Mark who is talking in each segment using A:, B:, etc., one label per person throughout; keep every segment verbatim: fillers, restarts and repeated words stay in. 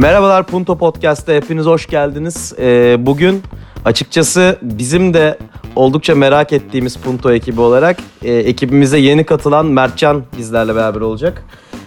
A: Merhabalar Punto Podcast'a hepiniz hoş geldiniz. Ee, bugün açıkçası bizim de oldukça merak ettiğimiz Punto ekibi olarak e, ekibimize yeni katılan Mertcan bizlerle beraber olacak.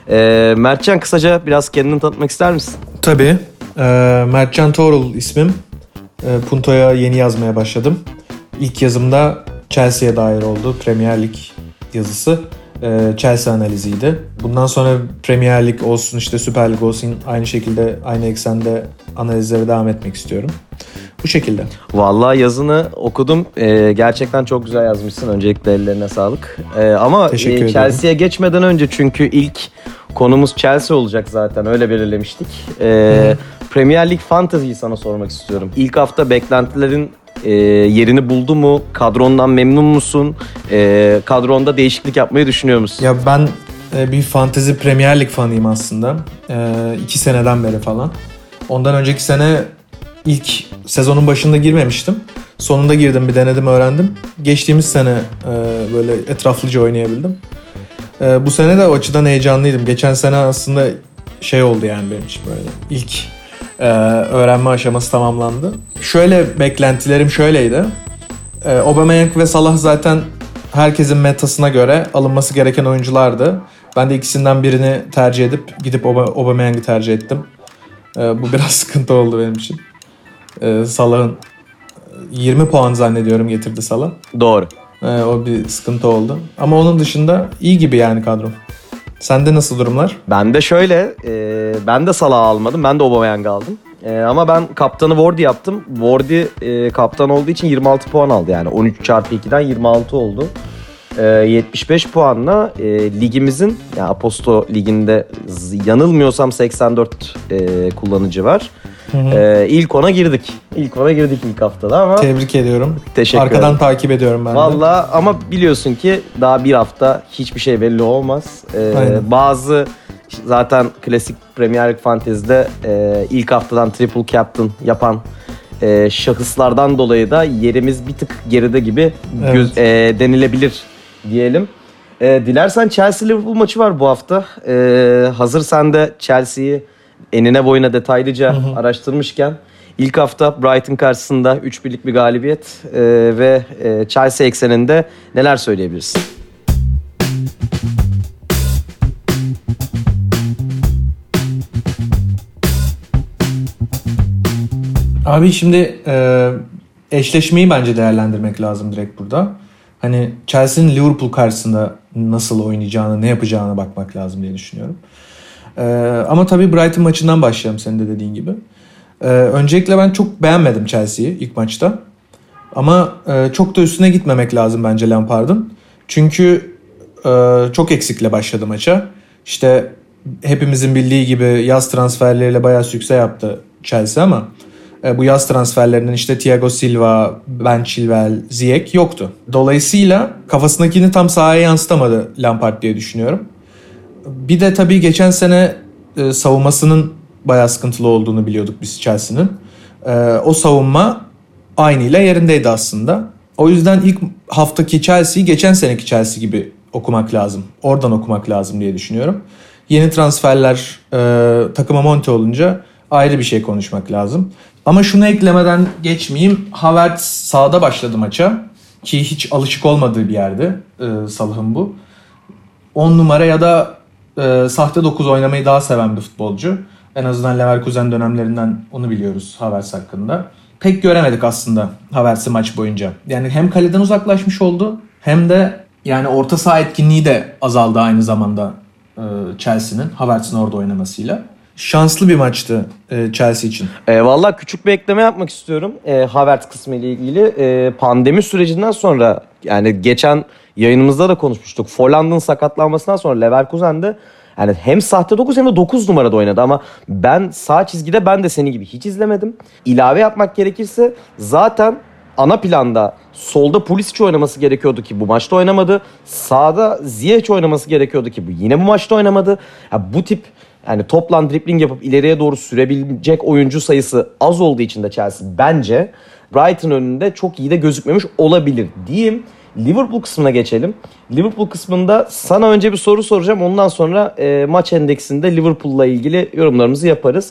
A: E, Mertcan, kısaca biraz kendini tanıtmak ister misin?
B: Tabii. E, Mertcan Tuğrul ismim. E, Punto'ya yeni yazmaya başladım. İlk yazımda Chelsea'ye dair oldu. Premier Lig yazısı. Chelsea analiziydi. Bundan sonra Premier Lig olsun, işte Süper Lig olsun, aynı şekilde aynı eksende analizlere devam etmek istiyorum. Bu şekilde.
A: Vallahi yazını okudum. Ee, gerçekten çok güzel yazmışsın. Öncelikle ellerine sağlık. Ee, ama e, Chelsea'ye geçmeden önce, çünkü ilk konumuz Chelsea olacak zaten. Öyle belirlemiştik. Ee, Premier Lig Fantasy'yi sana sormak istiyorum. İlk hafta beklentilerin E, yerini buldu mu? Kadrondan memnun musun? E, kadronda değişiklik yapmayı düşünüyor musun?
B: Ya ben e, bir fantezi Premier Lig fanıyım aslında. E, iki seneden beri falan. Ondan önceki sene ilk sezonun başında girmemiştim. Sonunda girdim, bir denedim, öğrendim. Geçtiğimiz sene e, böyle etraflıca oynayabildim. E, bu sene de o açıdan heyecanlıydım. Geçen sene aslında şey oldu yani benim için, böyle ilk Ee, öğrenme aşaması tamamlandı. Şöyle beklentilerim şöyleydi. Ee, Aubameyang ve Salah zaten herkesin metasına göre alınması gereken oyunculardı. Ben de ikisinden birini tercih edip gidip Aubameyang'ı tercih ettim. Ee, bu biraz sıkıntı oldu benim için. Ee, Salah'ın yirmi puan zannediyorum getirdi Salah.
A: Doğru.
B: Ee, o bir sıkıntı oldu. Ama onun dışında iyi gibi yani kadrom. Sende nasıl durumlar?
A: Ben de şöyle, e, ben de Salah'ı almadım, ben de Aubameyang'ı aldım. E, ama ben kaptanı Wardy yaptım. Wardy e, kaptan olduğu için yirmi altı puan aldı, yani on üç çarpı ikiden yirmi altı oldu. E, yetmiş beş puanla e, ligimizin, yani Aposto liginde yanılmıyorsam seksen dört e, kullanıcı var. Hı hı. E, ilk ona girdik. İlk ona girdik ilk haftada ama.
B: Tebrik ediyorum.
A: Teşekkür ederim.
B: Arkadan takip ediyorum ben de.
A: Vallahi ama biliyorsun ki daha bir hafta hiçbir şey belli olmaz. Ee, bazı zaten klasik Premier Lig Fantasy'de e, ilk haftadan triple captain yapan e, şahıslardan dolayı da yerimiz bir tık geride gibi göz, evet. e, denilebilir diyelim. E, dilersen Chelsea-Liverpool maçı var bu hafta. E, hazır sen de Chelsea'yi enine boyuna detaylıca hı hı. araştırmışken, İlk hafta Brighton karşısında üç birlik bir galibiyet e, ve e, Chelsea ekseninde neler söyleyebilirsin?
B: Abi şimdi e, eşleşmeyi bence değerlendirmek lazım direkt burada. Hani Chelsea'nin Liverpool karşısında nasıl oynayacağını, ne yapacağına bakmak lazım diye düşünüyorum. E, ama tabii Brighton maçından başlayalım, senin de dediğin gibi. Ee, öncelikle ben çok beğenmedim Chelsea'yi ilk maçta. Ama e, çok da üstüne gitmemek lazım bence Lampard'ın. Çünkü e, çok eksikle başladı maça. İşte hepimizin bildiği gibi yaz transferleriyle bayağı sükse yaptı Chelsea ama e, bu yaz transferlerinin işte Thiago Silva, Ben Chilwell, Ziyech yoktu. Dolayısıyla kafasındakini tam sahaya yansıtamadı Lampard diye düşünüyorum. Bir de tabii geçen sene e, savunmasının bayağı sıkıntılı olduğunu biliyorduk biz Chelsea'nin. Ee, o savunma aynıyla yerindeydi aslında. O yüzden ilk haftaki Chelsea'yi geçen seneki Chelsea gibi okumak lazım. Oradan okumak lazım diye düşünüyorum. Yeni transferler e, takıma monte olunca ayrı bir şey konuşmak lazım. Ama şunu eklemeden geçmeyeyim. Havertz sahada başladı maça. Ki hiç alışık olmadığı bir yerde e, Salah'ın bu. on numara ya da e, sahte dokuz oynamayı daha seven bir futbolcu. En azından Leverkusen dönemlerinden onu biliyoruz Havertz hakkında. Pek göremedik aslında Havertz'i maç boyunca. Yani hem kaleden uzaklaşmış oldu hem de yani orta saha etkinliği de azaldı aynı zamanda e, Chelsea'nin, Havertz'in orada oynamasıyla. Şanslı bir maçtı e, Chelsea için.
A: E, Valla küçük bir ekleme yapmak istiyorum e, Havertz kısmı ile ilgili. E, pandemi sürecinden sonra, yani geçen yayınımızda da konuşmuştuk. Folland'ın sakatlanmasından sonra Leverkusen'de yani hem sahte dokuz hem de dokuz numarada oynadı ama ben sağ çizgide ben de senin gibi hiç izlemedim. İlave yapmak gerekirse zaten ana planda solda Pulisic oynaması gerekiyordu ki bu maçta oynamadı. Sağda Ziyech oynaması gerekiyordu ki bu yine bu maçta oynamadı. Ya bu tip yani toplam dribbling yapıp ileriye doğru sürebilecek oyuncu sayısı az olduğu için de Chelsea bence Brighton önünde çok iyi de gözükmemiş olabilir diyeyim. Liverpool kısmına geçelim. Liverpool kısmında sana önce bir soru soracağım. Ondan sonra e, maç endeksinde Liverpool'la ilgili yorumlarımızı yaparız.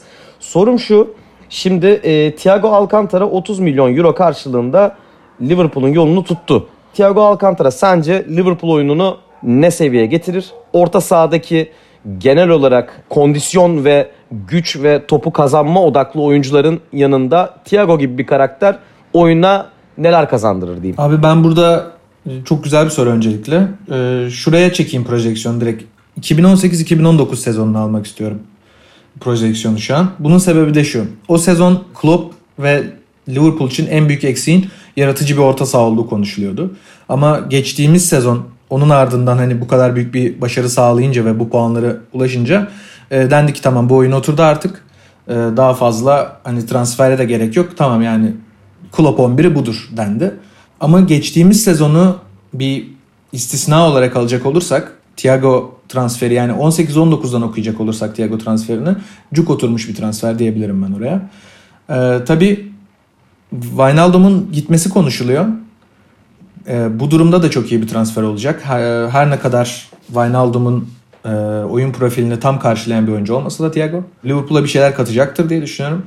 A: Sorum şu. Şimdi e, Thiago Alcantara otuz milyon euro karşılığında Liverpool'un yolunu tuttu. Thiago Alcantara sence Liverpool oyununu ne seviyeye getirir? Orta sahadaki genel olarak kondisyon ve güç ve topu kazanma odaklı oyuncuların yanında Thiago gibi bir karakter oyuna neler kazandırır diyeyim.
B: Abi ben burada çok güzel bir soru öncelikle. Ee, şuraya çekeyim projeksiyon direkt. iki bin on sekiz iki bin on dokuz sezonunu almak istiyorum. Projeksiyonu şu an. Bunun sebebi de şu. O sezon Klopp ve Liverpool için en büyük eksiğin yaratıcı bir orta saha olduğu konuşuluyordu. Ama geçtiğimiz sezon onun ardından hani bu kadar büyük bir başarı sağlayınca ve bu puanlara ulaşınca e, dendi ki tamam bu oyun oturdu artık. E, daha fazla hani transfere de gerek yok. Tamam yani Klopp on biri budur dendi. Ama geçtiğimiz sezonu bir istisna olarak alacak olursak Thiago transferi yani on sekiz on dokuzdan okuyacak olursak Thiago transferini cuk oturmuş bir transfer diyebilirim ben oraya. Ee, tabii Wijnaldum'un gitmesi konuşuluyor. Ee, bu durumda da çok iyi bir transfer olacak. Her, her ne kadar Wijnaldum'un e, oyun profilini tam karşılayan bir oyuncu olmasa da Thiago Liverpool'a bir şeyler katacaktır diye düşünüyorum.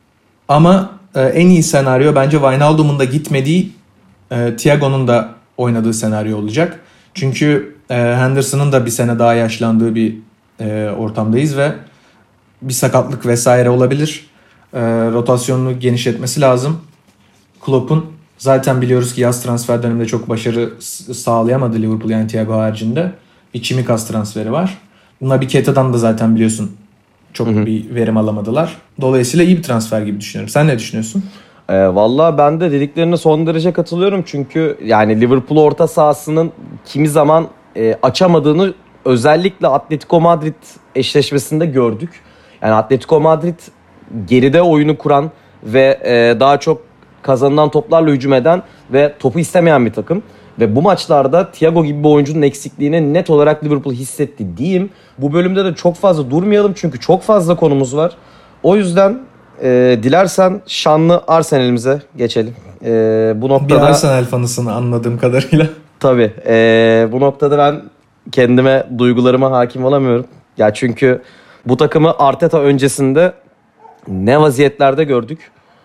B: Ama e, en iyi senaryo bence Wijnaldum'un da gitmediği e, Thiago'nun da oynadığı senaryo olacak. Çünkü e, Henderson'ın da bir sene daha yaşlandığı bir e, ortamdayız ve bir sakatlık vesaire olabilir. E, rotasyonunu genişletmesi lazım. Klopp'un zaten biliyoruz ki yaz transfer döneminde çok başarı sağlayamadı Liverpool yani Thiago haricinde. Bir Tsimikas transferi var. Buna bir Keta'dan da zaten biliyorsun çok hı hı. bir verim alamadılar. Dolayısıyla iyi bir transfer gibi düşünüyorum. Sen ne düşünüyorsun?
A: E, Valla ben de dediklerine son derece katılıyorum. Çünkü yani Liverpool orta sahasının kimi zaman e, açamadığını özellikle Atletico Madrid eşleşmesinde gördük. Yani Atletico Madrid geride oyunu kuran ve e, daha çok kazanılan toplarla hücum eden ve topu istemeyen bir takım. Ve bu maçlarda Thiago gibi bir oyuncunun eksikliğini net olarak Liverpool hissetti diyeyim. Bu bölümde de çok fazla durmayalım çünkü çok fazla konumuz var. O yüzden e, dilersen şanlı Arsenal'imize geçelim. E, bu noktada
B: bir Arsenal fanısın anladığım kadarıyla.
A: Tabii. E, bu noktada ben kendime, duygularıma hakim olamıyorum. Ya çünkü bu takımı Arteta öncesinde ne vaziyetlerde gördük.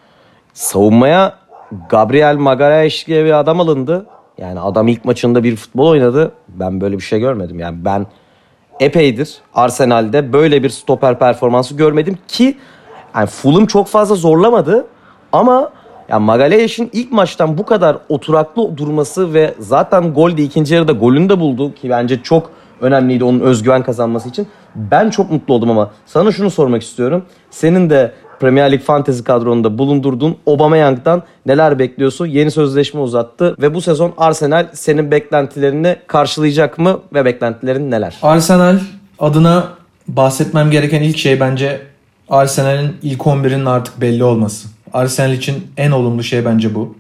A: Savunmaya Gabriel Magalhaes diye bir adam alındı. Yani adam ilk maçında bir futbol oynadı. Ben böyle bir şey görmedim. Yani ben epeydir Arsenal'de böyle bir stoper performansı görmedim ki yani Fulham çok fazla zorlamadı ama yani Magalhaes'in ilk maçtan bu kadar oturaklı durması ve zaten gol de ikinci yarıda golünü de buldu ki bence çok önemliydi onun özgüven kazanması için. Ben çok mutlu oldum ama sana şunu sormak istiyorum. Senin de Premier Lig Fantasy kadronunda bulundurduğun Aubameyang'dan neler bekliyorsun? Yeni sözleşme uzattı ve bu sezon Arsenal senin beklentilerini karşılayacak mı ve beklentilerin neler?
B: Arsenal adına bahsetmem gereken ilk şey bence Arsenal'in ilk on birinin artık belli olması. Arsenal için en olumlu şey bence bu.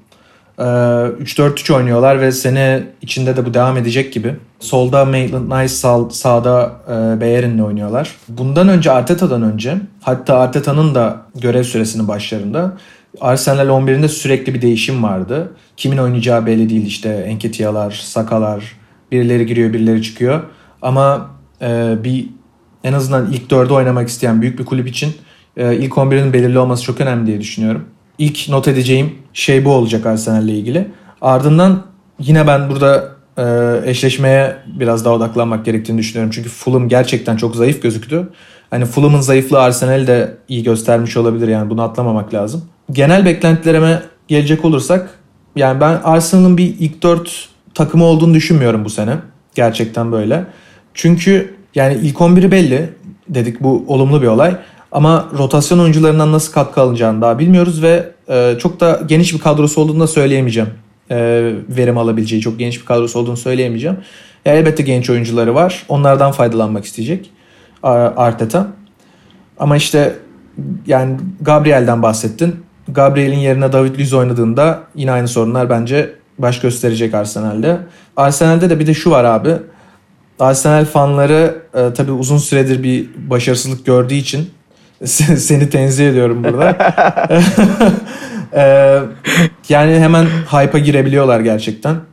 B: üç dört üç oynuyorlar ve sene içinde de bu devam edecek gibi. Solda Maitland-Nice, sağ, sağda e, Bayern'le oynuyorlar. Bundan önce Arteta'dan önce hatta Arteta'nın da görev süresinin başlarında Arsenal on birinde sürekli bir değişim vardı. Kimin oynayacağı belli değil işte Nketiah'lar, Saka'lar birileri giriyor birileri çıkıyor. Ama e, bir en azından ilk dörde oynamak isteyen büyük bir kulüp için e, ilk on birinin belirli olması çok önemli diye düşünüyorum. İlk not edeceğim şey bu olacak Arsenal'le ilgili. Ardından yine ben burada e, eşleşmeye biraz daha odaklanmak gerektiğini düşünüyorum. Çünkü Fulham gerçekten çok zayıf gözüktü. Hani Fulham'ın zayıflığı Arsenal'i de iyi göstermiş olabilir yani bunu atlamamak lazım. Genel beklentilerime gelecek olursak yani ben Arsenal'ın bir ilk dört takımı olduğunu düşünmüyorum bu sene. Gerçekten böyle. Çünkü yani ilk on biri belli dedik bu olumlu bir olay. Ama rotasyon oyuncularından nasıl katkı alınacağını daha bilmiyoruz ve e, çok da geniş bir kadrosu olduğunu da söyleyemeyeceğim. E, verim alabileceği çok geniş bir kadrosu olduğunu söyleyemeyeceğim. Ya, elbette genç oyuncuları var. Onlardan faydalanmak isteyecek Arteta. Ama işte yani Gabriel'den bahsettin. Gabriel'in yerine David Luiz oynadığında yine aynı sorunlar bence baş gösterecek Arsenal'de. Arsenal'de de bir de şu var abi. Arsenal fanları e, tabii uzun süredir bir başarısızlık gördüğü için seni tenzih ediyorum burada. ee, yani hemen hype'a girebiliyorlar gerçekten.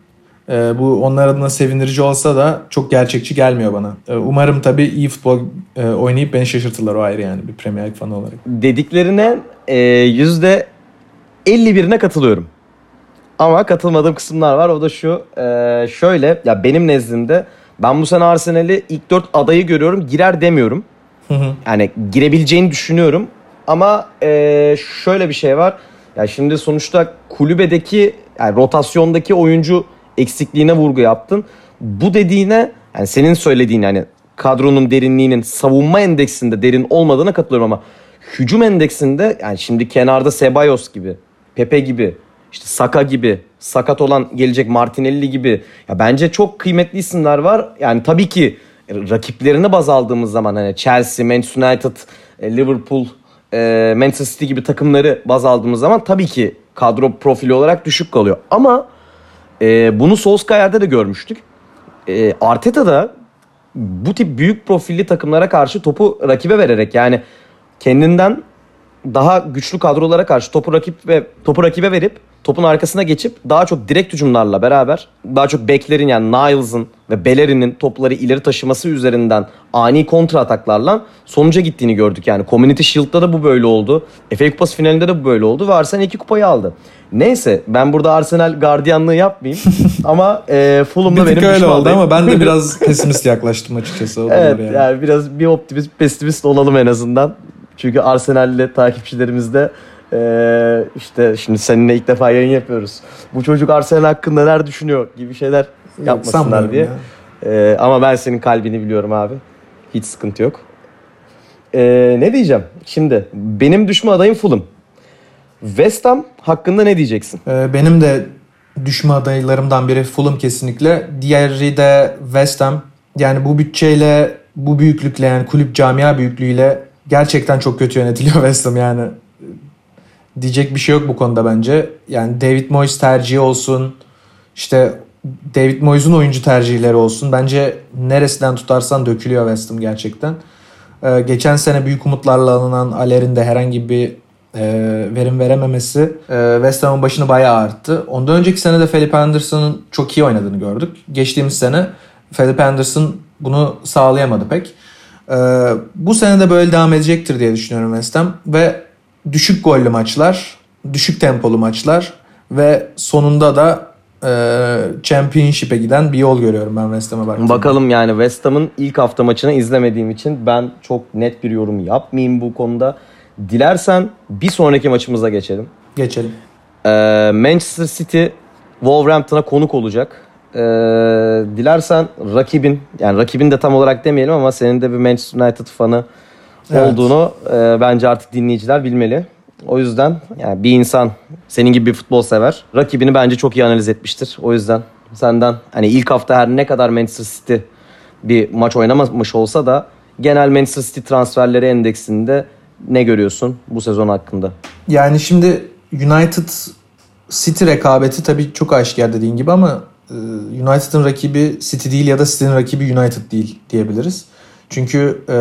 B: E, bu onlar adına sevindirici olsa da çok gerçekçi gelmiyor bana. E, umarım tabii iyi futbol e, oynayıp beni şaşırtırlar, o ayrı yani bir Premier Lig fanı olarak.
A: Dediklerine e, yüzde elli birine katılıyorum. Ama katılmadığım kısımlar var. O da şu. E, şöyle ya benim nezdimde ben bu sene Arsenal'i ilk dört adayı görüyorum. Girer demiyorum.
B: Hı hı.
A: Yani girebileceğini düşünüyorum. Ama e, şöyle bir şey var. Ya şimdi sonuçta kulübedeki yani rotasyondaki oyuncu eksikliğine vurgu yaptın. Bu dediğine yani senin söylediğin yani kadronun derinliğinin savunma endeksinde derin olmadığına katılıyorum ama hücum endeksinde yani şimdi kenarda Ceballos gibi, Pepe gibi, işte Saka gibi, sakat olan gelecek Martinelli gibi ya bence çok kıymetli isimler var. Yani tabii ki rakiplerini baz aldığımız zaman hani Chelsea, Manchester United, Liverpool, Manchester City gibi takımları baz aldığımız zaman tabii ki kadro profili olarak düşük kalıyor. Ama e, bunu Solskjaer'de de görmüştük. E, Arteta da bu tip büyük profilli takımlara karşı topu rakibe vererek yani kendinden daha güçlü kadrolara karşı topu rakip ve topu rakibe verip topun arkasına geçip daha çok direkt hücumlarla beraber daha çok beklerin yani Niles'ın ve Bellerin'in topları ileri taşıması üzerinden ani kontra ataklarla sonuca gittiğini gördük. Yani Community Shield'da da bu böyle oldu. F A Kupası finalinde de bu böyle oldu ve Arsenal iki kupayı aldı. Neyse ben burada Arsenal gardiyanlığı yapmayayım ama e, Fulham'da benim
B: öyle oldu
A: adayım.
B: ama ben de biraz pesimist yaklaştım açıkçası. O
A: evet
B: yani.
A: yani biraz bir optimist pesimist olalım en azından. Çünkü Arsenal'li takipçilerimiz de Ee, işte şimdi seninle ilk defa yayın yapıyoruz. Bu çocuk Arsenal hakkında neler düşünüyor gibi şeyler yapmasınlar diye. Ee, ama ben senin kalbini biliyorum abi. Hiç sıkıntı yok. Ee, ne diyeceğim? Şimdi benim düşme adayım Fulham. West Ham hakkında ne diyeceksin?
B: Ee, benim de düşme adaylarımdan biri Fulham kesinlikle. Diğeri de West Ham. Yani bu bütçeyle, bu büyüklükle yani kulüp camia büyüklüğüyle gerçekten çok kötü yönetiliyor West Ham yani. Diyecek bir şey yok bu konuda bence. Yani David Moyes tercihi olsun, işte David Moyes'un oyuncu tercihleri olsun. Bence neresinden tutarsan dökülüyor West Ham gerçekten. Ee, geçen sene büyük umutlarla alınan Aler'in de herhangi bir e, verim verememesi e, West Ham'ın başını bayağı arttı. Ondan önceki sene de Felipe Anderson'ın çok iyi oynadığını gördük. Geçtiğimiz sene Felipe Anderson bunu sağlayamadı pek. E, bu sene de böyle devam edecektir diye düşünüyorum West Ham ve düşük gollü maçlar, düşük tempolu maçlar ve sonunda da e, Championship'e giden bir yol görüyorum ben West Ham'a baktığımda.
A: Bakalım yani West Ham'ın ilk hafta maçını izlemediğim için ben çok net bir yorum yapmayayım bu konuda. Dilersen bir sonraki maçımıza geçelim.
B: Geçelim.
A: Ee, Manchester City Wolverhampton'a konuk olacak. Ee, dilersen rakibin, yani rakibin de tam olarak demeyelim ama senin de bir Manchester United fanı evet. olduğunu e, bence artık dinleyiciler bilmeli. O yüzden yani bir insan senin gibi bir futbol sever. Rakibini bence çok iyi analiz etmiştir. O yüzden senden hani ilk hafta her ne kadar Manchester City bir maç oynamamış olsa da genel Manchester City transferleri endeksinde ne görüyorsun bu sezon hakkında?
B: Yani şimdi United City rekabeti tabii çok aşikar dediğin gibi ama United'ın rakibi City değil ya da City'nin rakibi United değil diyebiliriz. Çünkü e,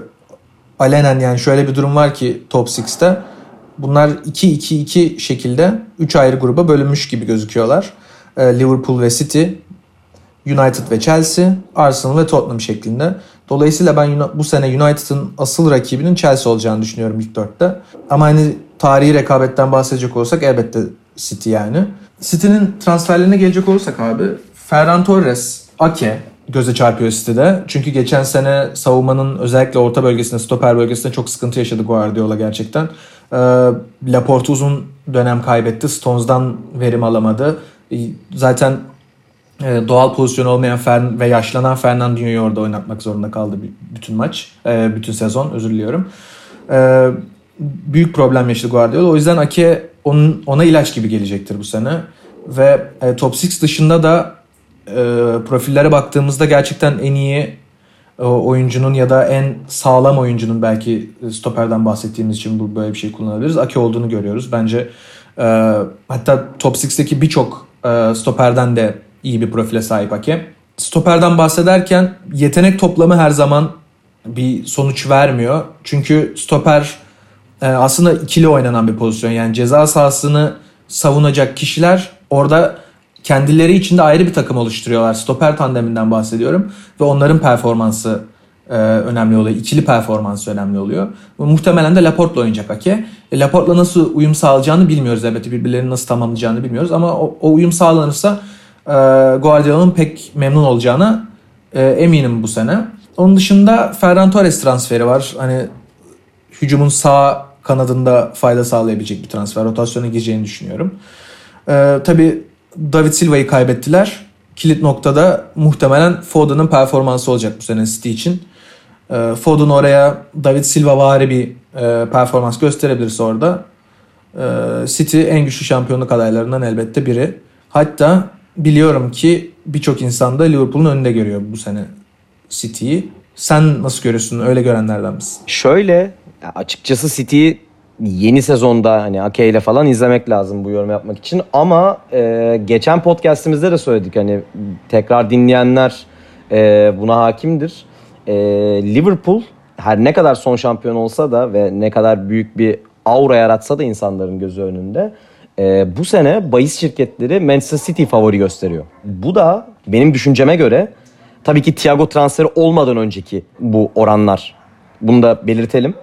B: alenen yani şöyle bir durum var ki Top altıda bunlar iki iki iki şekilde üç ayrı gruba bölünmüş gibi gözüküyorlar. E, Liverpool ve City, United ve Chelsea, Arsenal ve Tottenham şeklinde. Dolayısıyla ben bu sene United'ın asıl rakibinin Chelsea olacağını düşünüyorum ilk dörtte. Ama hani tarihi rekabetten bahsedecek olursak elbette City yani. City'nin transferlerine gelecek olursak abi Ferran Torres, Ake göze çarpıyor City'de. Çünkü geçen sene savunmanın özellikle orta bölgesinde, stoper bölgesinde çok sıkıntı yaşadı Guardiola gerçekten. Ee, Laporte uzun dönem kaybetti. Stones'dan verim alamadı. Zaten e, doğal pozisyon olmayan Fern ve yaşlanan Fernandinho'yu orada oynatmak zorunda kaldı bütün maç. E, bütün sezon özür diliyorum. E, büyük problem yaşadı Guardiola. O yüzden Ake onun, ona ilaç gibi gelecektir bu sene. Ve e, Top altı dışında da e, profillere baktığımızda gerçekten en iyi e, oyuncunun ya da en sağlam oyuncunun belki stoperden bahsettiğimiz için bu böyle bir şey kullanabiliriz. Ake olduğunu görüyoruz. Bence e, hatta Top altıdaki birçok e, stoperden de iyi bir profile sahip Ake. Stoperden bahsederken yetenek toplamı her zaman bir sonuç vermiyor. Çünkü stoper e, aslında ikili oynanan bir pozisyon. Yani ceza sahasını savunacak kişiler orada kendileri içinde ayrı bir takım oluşturuyorlar. Stoper tandeminden bahsediyorum ve onların performansı e, önemli oluyor. İkili performansı önemli oluyor. Ve muhtemelen de Laporte'la oynayacak Ake. E, Laporte'la nasıl uyum sağlayacağını bilmiyoruz elbette. Birbirlerini nasıl tamamlayacağını bilmiyoruz ama o, o uyum sağlanırsa e, Guardiola'nın pek memnun olacağına e, eminim bu sene. Onun dışında Ferran Torres transferi var. Hani hücumun sağ kanadında fayda sağlayabilecek bir transfer. Rotasyona gireceğini düşünüyorum. Ee, tabii David Silva'yı kaybettiler. Kilit noktada muhtemelen Foden'ın performansı olacak bu sene City için. Ee, Foden oraya David Silva vari bir e, performans gösterebilirse orada e, City en güçlü şampiyonluk adaylarından elbette biri. Hatta biliyorum ki birçok insan da Liverpool'un önünde görüyor bu sene City'yi. Sen nasıl görüyorsun? Öyle görenlerden misin?
A: Şöyle, açıkçası City'yi yeni sezonda hani Ake ile falan izlemek lazım bu yorum yapmak için. Ama e, geçen podcastimizde de söyledik, hani tekrar dinleyenler e, buna hakimdir. E, Liverpool her ne kadar son şampiyon olsa da ve ne kadar büyük bir aura yaratsa da insanların gözü önünde, e, bu sene bahis şirketleri Manchester City favori gösteriyor. Bu da benim düşünceme göre, tabii ki Thiago transferi olmadan önceki bu oranlar. Bunu da belirtelim.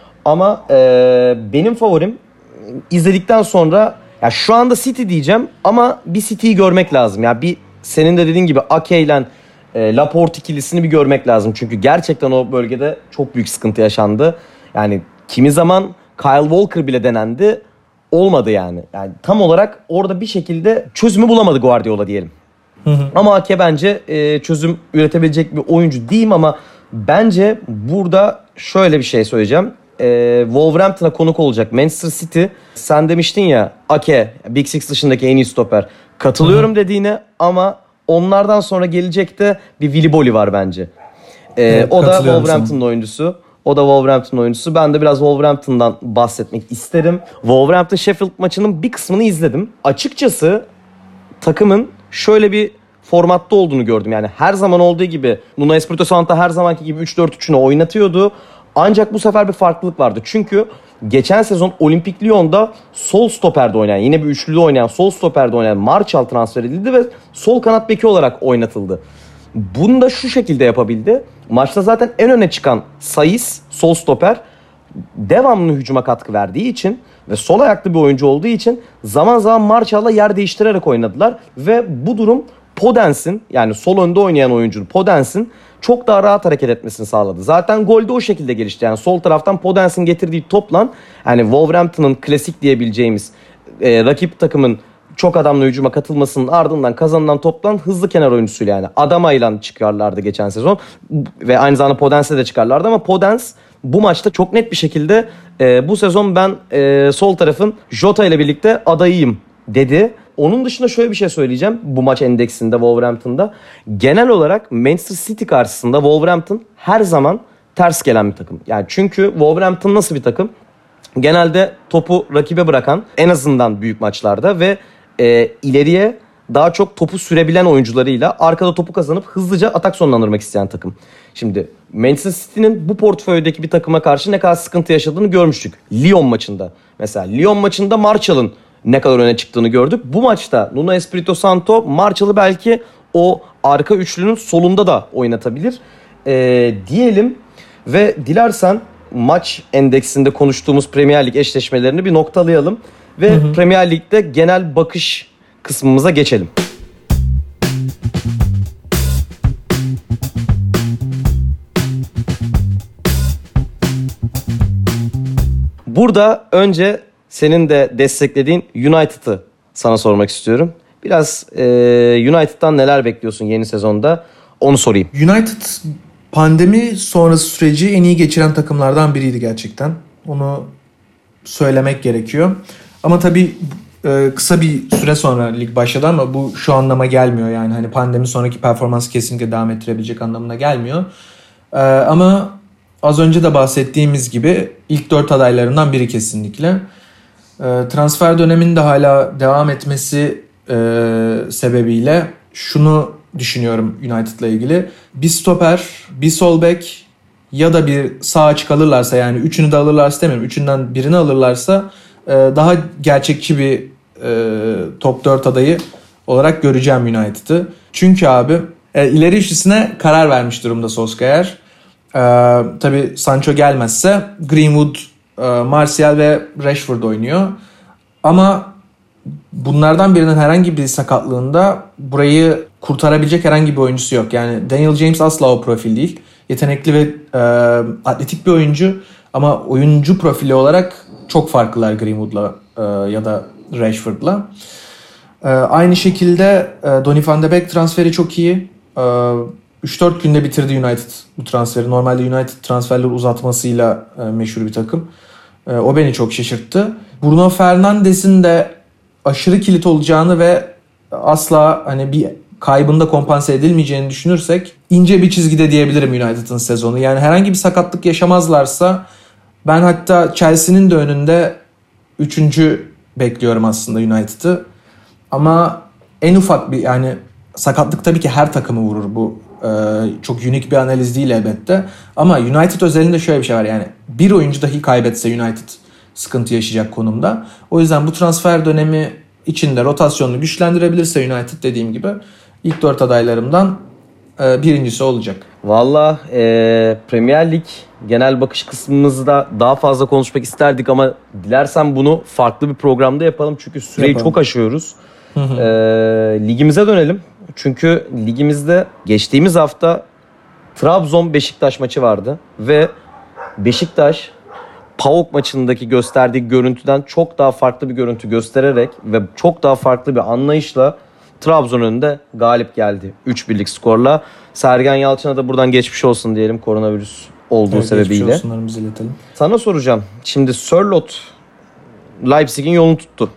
A: Ama e, benim favorim izledikten sonra, ya şu anda City diyeceğim ama bir City'yi görmek lazım. Ya bir, senin de dediğin gibi Ake ile e, Laporte ikilisini bir görmek lazım. Çünkü gerçekten o bölgede çok büyük sıkıntı yaşandı. Yani kimi zaman Kyle Walker bile denendi. Olmadı yani. Yani tam olarak orada bir şekilde çözümü bulamadı Guardiola diyelim. Hı hı. Ama Ake bence e, çözüm üretebilecek bir oyuncu diyeyim ama bence burada şöyle bir şey söyleyeceğim. E, Wolverhampton'a konuk olacak Manchester City. Sen demiştin ya Ake Big Six dışındaki en iyi stoper. Katılıyorum, hı hı, dediğine ama onlardan sonra gelecek de bir Willy Bolly var bence. E, evet, o da Wolverhampton'ın oyuncusu. O da Wolverhampton oyuncusu. Ben de biraz Wolverhampton'dan bahsetmek isterim. Wolverhampton Sheffield maçının bir kısmını izledim. Açıkçası takımın şöyle bir formatta olduğunu gördüm. Yani her zaman olduğu gibi Nuno Espirito Santo her zamanki gibi üç dört üçünü oynatıyordu. Ancak bu sefer bir farklılık vardı. Çünkü geçen sezon Olimpik Lyon'da sol stoperde oynayan, yine bir üçlüde oynayan, sol stoperde oynayan Martial transfer edildi ve sol kanat beki olarak oynatıldı. Bunu da şu şekilde yapabildi. Maçta zaten en öne çıkan Saiz, sol stoper, devamlı hücuma katkı verdiği için ve sol ayaklı bir oyuncu olduğu için zaman zaman Martial'la yer değiştirerek oynadılar. Ve bu durum Podens'in, yani sol önde oynayan oyuncunun Podens'in çok daha rahat hareket etmesini sağladı. Zaten gol de o şekilde gelişti. Yani sol taraftan Podens'in getirdiği topla, yani Wolverhampton'ın klasik diyebileceğimiz e, rakip takımın çok adamla hücuma katılmasının ardından kazanılan toptan hızlı kenar oyuncusuyla, yani Adama'yla çıkarlardı geçen sezon ve aynı zamanda Podens'le de çıkarlardı ama Podens bu maçta çok net bir şekilde e, bu sezon ben e, sol tarafın Jota ile birlikte adayıyım dedi. Onun dışında şöyle bir şey söyleyeceğim bu maç endeksinde Wolverhampton'da. Genel olarak Manchester City karşısında Wolverhampton her zaman ters gelen bir takım. Yani çünkü Wolverhampton nasıl bir takım? Genelde topu rakibe bırakan, en azından büyük maçlarda ve e, ileriye daha çok topu sürebilen oyuncularıyla arkada topu kazanıp hızlıca atak sonlandırmak isteyen takım. Şimdi Manchester City'nin bu portföydeki bir takıma karşı ne kadar sıkıntı yaşadığını görmüştük. Lyon maçında. Mesela Lyon maçında Martial'ın ne kadar öne çıktığını gördük. Bu maçta Nuno Espirito Santo Martial'ı belki o arka üçlünün solunda da oynatabilir ee, diyelim. Ve dilersen maç endeksinde konuştuğumuz Premier Lig eşleşmelerini bir noktalayalım. Ve hı hı. Premier Lig'de genel bakış kısmımıza geçelim. Burada önce senin de desteklediğin United'ı sana sormak istiyorum. Biraz e, United'dan neler bekliyorsun yeni sezonda? Onu sorayım.
B: United pandemi sonrası süreci en iyi geçiren takımlardan biriydi gerçekten. Onu söylemek gerekiyor. Ama tabii e, kısa bir süre sonra lig başladı ama bu şu anlama gelmiyor. Yani hani pandemi sonraki performans kesinlikle devam ettirebilecek anlamına gelmiyor. E, ama az önce de bahsettiğimiz gibi ilk dört adaylarından biri kesinlikle. E, transfer döneminde hala devam etmesi e, sebebiyle şunu düşünüyorum United'la ilgili. Bir stoper, bir sol bek ya da bir sağ açık alırlarsa, yani üçünü de alırlarsa demiyorum, üçünden birini alırlarsa daha gerçekçi bir top dört adayı olarak göreceğim United'ı. Çünkü abi e, ileri üçlüsüne karar vermiş durumda Solskjaer. E, tabii Sancho gelmezse Greenwood, e, Martial ve Rashford oynuyor. Ama bunlardan birinin herhangi bir sakatlığında burayı kurtarabilecek herhangi bir oyuncusu yok. Yani Daniel James asla o profil değil. Yetenekli ve e, atletik bir oyuncu ama oyuncu profili olarak çok farklılar Greenwood'la e, ya da Rashford'la. E, aynı şekilde e, Donny van de Beek transferi çok iyi. E, üç dört günde bitirdi United bu transferi. Normalde United transferleri uzatmasıyla e, meşhur bir takım. E, o beni çok şaşırttı. Bruno Fernandes'in de aşırı kilit olacağını ve asla hani bir kaybında kompanse edilmeyeceğini düşünürsek ince bir çizgide diyebilirim United'ın sezonu. Yani herhangi bir sakatlık yaşamazlarsa ben hatta Chelsea'nin de önünde üçüncü bekliyorum aslında United'ı. Ama en ufak bir yani sakatlık tabii ki her takımı vurur. Bu e, çok unik bir analiz değil elbette. Ama United özelinde şöyle bir şey var yani bir oyuncu dahi kaybetse United sıkıntı yaşayacak konumda. O yüzden bu transfer dönemi içinde rotasyonunu güçlendirebilirse United dediğim gibi ilk dört adaylarımdan e, birincisi olacak.
A: Valla e, Premier Lig genel bakış kısmımızda daha fazla konuşmak isterdik ama dilersen bunu farklı bir programda yapalım. Çünkü süreyi
B: Yapalım.
A: çok aşıyoruz. e, ligimize dönelim. Çünkü ligimizde geçtiğimiz hafta Trabzon Beşiktaş maçı vardı. Ve Beşiktaş PAOK maçındaki gösterdiği görüntüden çok daha farklı bir görüntü göstererek ve çok daha farklı bir anlayışla Trabzon önünde galip geldi. üç birlik skorla. Sergen Yalçın'a da buradan geçmiş olsun diyelim koronavirüs olduğu
B: Evet,
A: sebebiyle.
B: geçmiş olsunlarımızı iletelim.
A: Sana soracağım. Şimdi Sörloth Leipzig'in yolunu tuttu.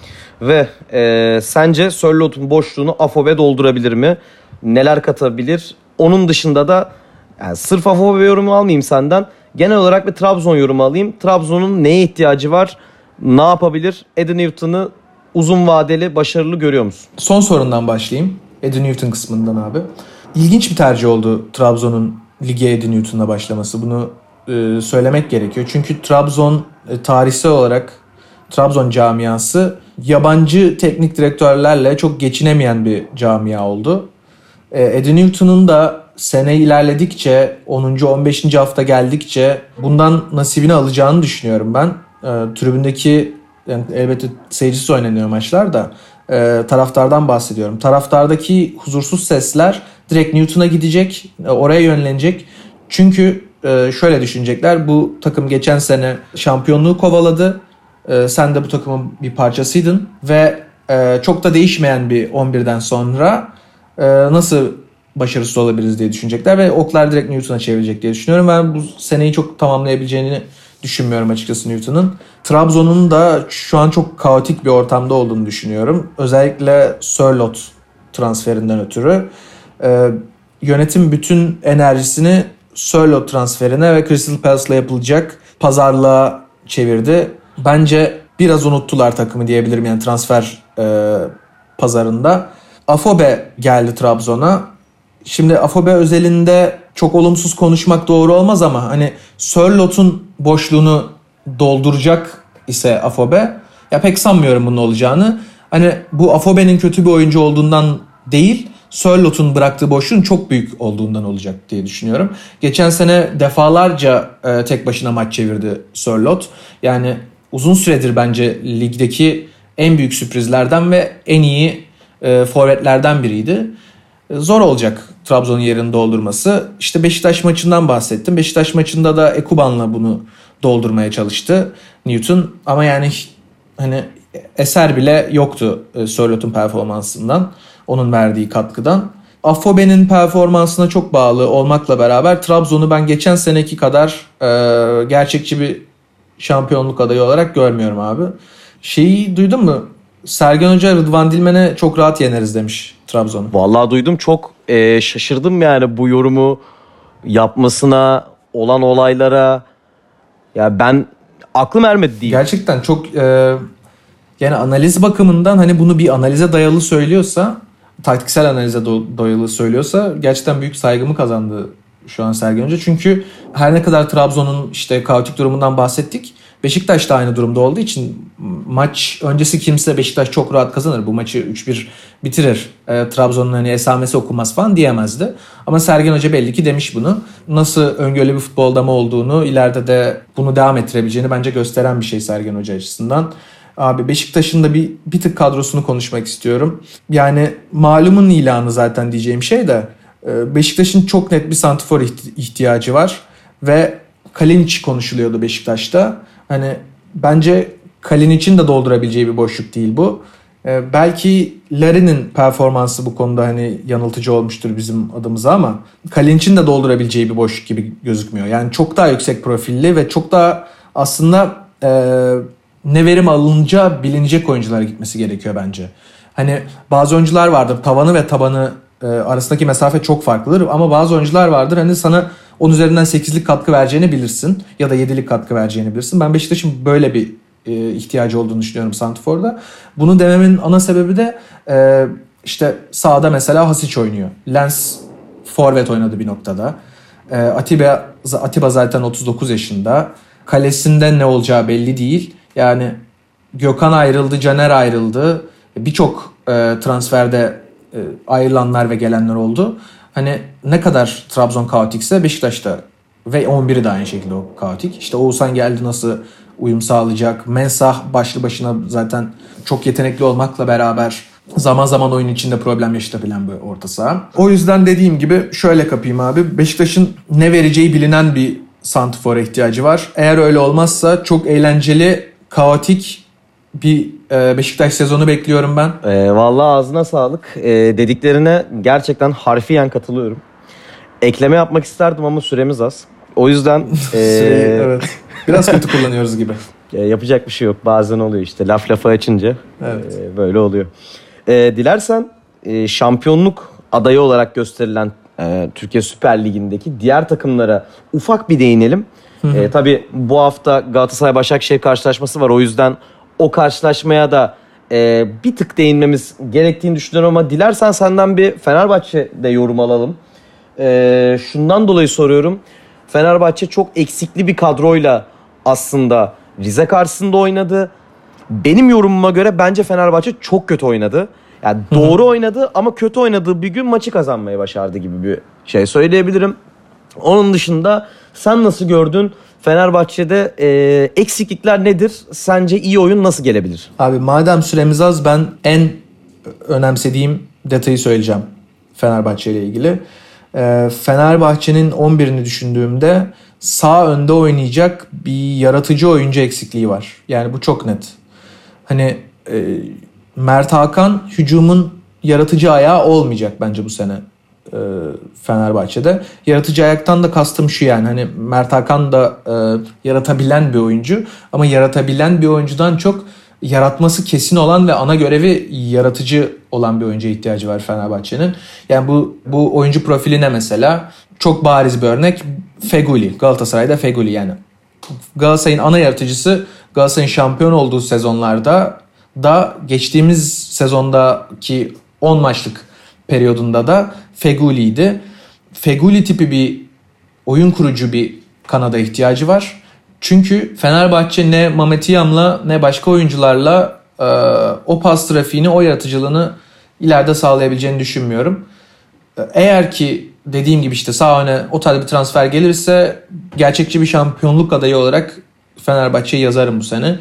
A: Ve e, sence Sörloth'un boşluğunu Afobe doldurabilir mi? Neler katabilir? Onun dışında da yani sırf Afobe yorumu almayayım senden. Genel olarak bir Trabzon yorumu alayım. Trabzon'un neye ihtiyacı var? Ne yapabilir? Eddie Newton'u uzun vadeli başarılı görüyor musun?
B: Son sorundan başlayayım. Eddie Newton kısmından abi. İlginç bir tercih oldu Trabzon'un lige Eddie Newton'la başlaması. Bunu e, söylemek gerekiyor. Çünkü Trabzon e, tarihsel olarak Trabzon camiası yabancı teknik direktörlerle çok geçinemeyen bir camia oldu. E, Eddie Newton'un da sene ilerledikçe onuncu on beşinci hafta geldikçe bundan nasibini alacağını düşünüyorum ben. E, tribündeki yani elbette seyircisiz oynanıyor maçlar da e, taraftardan bahsediyorum. Taraftardaki huzursuz sesler direkt Newton'a gidecek, e, oraya yönlenecek. Çünkü e, şöyle düşünecekler, bu takım geçen sene şampiyonluğu kovaladı. E, sen de bu takımın bir parçasıydın ve e, çok da değişmeyen bir on birden sonra e, nasıl başarısız olabiliriz diye düşünecekler ve oklar direkt Newton'a çevirecek diye düşünüyorum. Ben bu seneyi çok tamamlayabileceğini düşünmüyorum açıkçası Newton'un. Trabzon'un da şu an çok kaotik bir ortamda olduğunu düşünüyorum. Özellikle Sörloth transferinden ötürü. Ee, yönetim bütün enerjisini Sörloth transferine ve Crystal Palace'la yapılacak pazarlığa çevirdi. Bence biraz unuttular takımı diyebilirim yani transfer e, pazarında. Afobe geldi Trabzon'a. Şimdi Afobe özelinde çok olumsuz konuşmak doğru olmaz ama hani Sörloth'un boşluğunu dolduracak ise Afobe ya pek sanmıyorum bunun olacağını. Hani bu Afobe'nin kötü bir oyuncu olduğundan değil, Sörloth'un bıraktığı boşluğun çok büyük olduğundan olacak diye düşünüyorum. Geçen sene defalarca e, tek başına maç çevirdi Sörloth. Yani uzun süredir bence ligdeki en büyük sürprizlerden ve en iyi e, forvetlerden biriydi. Zor olacak Trabzon'un yerini doldurması. İşte Beşiktaş maçından bahsettim. Beşiktaş maçında da Ekuban'la bunu doldurmaya çalıştı Newton. Ama yani hani eser bile yoktu Sörloth'un performansından. Onun verdiği katkıdan. Afobe'nin performansına çok bağlı olmakla beraber Trabzon'u ben geçen seneki kadar e, gerçekçi bir şampiyonluk adayı olarak görmüyorum abi. Şeyi duydun mu? Sergen Hoca Rıdvan Dilmen'e çok rahat yeneriz demiş Trabzon'u.
A: Vallahi duydum, çok e, şaşırdım yani bu yorumu yapmasına, olan olaylara. Ya ben aklım ermedi değil.
B: Gerçekten çok e, yani analiz bakımından hani bunu bir analize dayalı söylüyorsa, taktiksel analize do- dayalı söylüyorsa gerçekten büyük saygımı kazandı şu an Sergen Hoca. Çünkü her ne kadar Trabzon'un işte kaotik durumundan bahsettik, Beşiktaş da aynı durumda olduğu için maç öncesi kimse Beşiktaş çok rahat kazanır, bu maçı üç bir bitirir, e, Trabzon'un hani esamesi okunmaz falan diyemezdi. Ama Sergen Hoca belli ki demiş bunu. Nasıl öngörülü bir futbol adamı olduğunu, ileride de bunu devam ettirebileceğini bence gösteren bir şey Sergen Hoca açısından. Abi Beşiktaş'ın da bir, bir tık kadrosunu konuşmak istiyorum. Yani malumun ilanı zaten diyeceğim şey de Beşiktaş'ın çok net bir santrfor ihtiyacı var. Ve Kalinic konuşuluyordu Beşiktaş'ta. Hani bence Kalinic'in de doldurabileceği bir boşluk değil bu. Ee, belki Larin'in performansı bu konuda hani yanıltıcı olmuştur bizim adımıza ama Kalinic'in de doldurabileceği bir boşluk gibi gözükmüyor. Yani çok daha yüksek profilli ve çok daha aslında e, ne verim alınacağı bilinecek oyunculara gitmesi gerekiyor bence. Hani bazı oyuncular vardır, tavanı ve tabanı e, arasındaki mesafe çok farklıdır ama bazı oyuncular vardır hani sana on üzerinden sekizlik katkı vereceğini bilirsin ya da yedilik katkı vereceğini bilirsin. Ben Beşiktaş'ın böyle bir e, ihtiyacı olduğunu düşünüyorum santrforda. Bunu dememin ana sebebi de e, işte sağda mesela Hasic oynuyor. Lens forvet oynadı bir noktada. E, Atiba, Atiba zaten otuz dokuz yaşında. Kalesinde ne olacağı belli değil. Yani Gökhan ayrıldı, Caner ayrıldı. Birçok e, transferde e, ayrılanlar ve gelenler oldu. Hani ne kadar Trabzon kaotikse Beşiktaş'ta ve on biri de aynı şekilde o kaotik. İşte Oğuzhan geldi, nasıl uyum sağlayacak? Mensah başlı başına zaten çok yetenekli olmakla beraber zaman zaman oyun içinde problem yaşatabilen bir orta saha. O yüzden dediğim gibi şöyle kapayım abi. Beşiktaş'ın ne vereceği bilinen bir santrfora ihtiyacı var. Eğer öyle olmazsa çok eğlenceli, kaotik bir Beşiktaş sezonu bekliyorum ben.
A: E, vallahi ağzına sağlık. E, dediklerine gerçekten harfiyen katılıyorum. Ekleme yapmak isterdim ama süremiz az. O yüzden e,
B: Süreyi, evet. Biraz kötü kullanıyoruz gibi.
A: E, yapacak bir şey yok. Bazen oluyor işte. Laf lafa açınca
B: Evet.
A: e, böyle oluyor. E, dilersen e, şampiyonluk adayı olarak gösterilen e, Türkiye Süper Ligi'ndeki diğer takımlara ufak bir değinelim. E, tabii bu hafta Galatasaray-Başakşehir karşılaşması var. O yüzden o karşılaşmaya da e, bir tık değinmemiz gerektiğini düşünüyorum ama dilersen senden bir Fenerbahçe'de yorum alalım. E, şundan dolayı soruyorum. Fenerbahçe çok eksikli bir kadroyla aslında Rize karşısında oynadı. Benim yorumuma göre bence Fenerbahçe çok kötü oynadı. Yani doğru oynadı ama kötü oynadığı bir gün maçı kazanmayı başardı gibi bir şey söyleyebilirim. Onun dışında sen nasıl gördün? Fenerbahçe'de e, eksiklikler nedir? Sence iyi oyun nasıl gelebilir?
B: Abi madem süremiz az, ben en önemsediğim detayı söyleyeceğim Fenerbahçe ile ilgili. Ee, Fenerbahçe'nin on birini düşündüğümde sağ önde oynayacak bir yaratıcı oyuncu eksikliği var. Yani bu çok net. Hani e, Mert Hakan hücumun yaratıcı ayağı olmayacak bence bu sene e, Fenerbahçe'de. Yaratıcı ayaktan da kastım şu, yani hani Mert Hakan da e, yaratabilen bir oyuncu ama yaratabilen bir oyuncudan çok yaratması kesin olan ve ana görevi yaratıcı olan bir oyuncuya ihtiyacı var Fenerbahçe'nin. Yani bu bu oyuncu profiline mesela çok bariz bir örnek Feguli. Galatasaray'da Feguli yani. Galatasaray'ın ana yaratıcısı Galatasaray'ın şampiyon olduğu sezonlarda da, geçtiğimiz sezondaki on maçlık periyodunda da Feguli'ydi. Feguli tipi bir oyun kurucu bir kanada ihtiyacı var. Çünkü Fenerbahçe ne Mehmet İyam'la ne başka oyuncularla e, o pas trafiğini, o yaratıcılığını ileride sağlayabileceğini düşünmüyorum. Eğer ki dediğim gibi işte sağ öne o tarz bir transfer gelirse gerçekçi bir şampiyonluk adayı olarak Fenerbahçe'yi yazarım bu sene.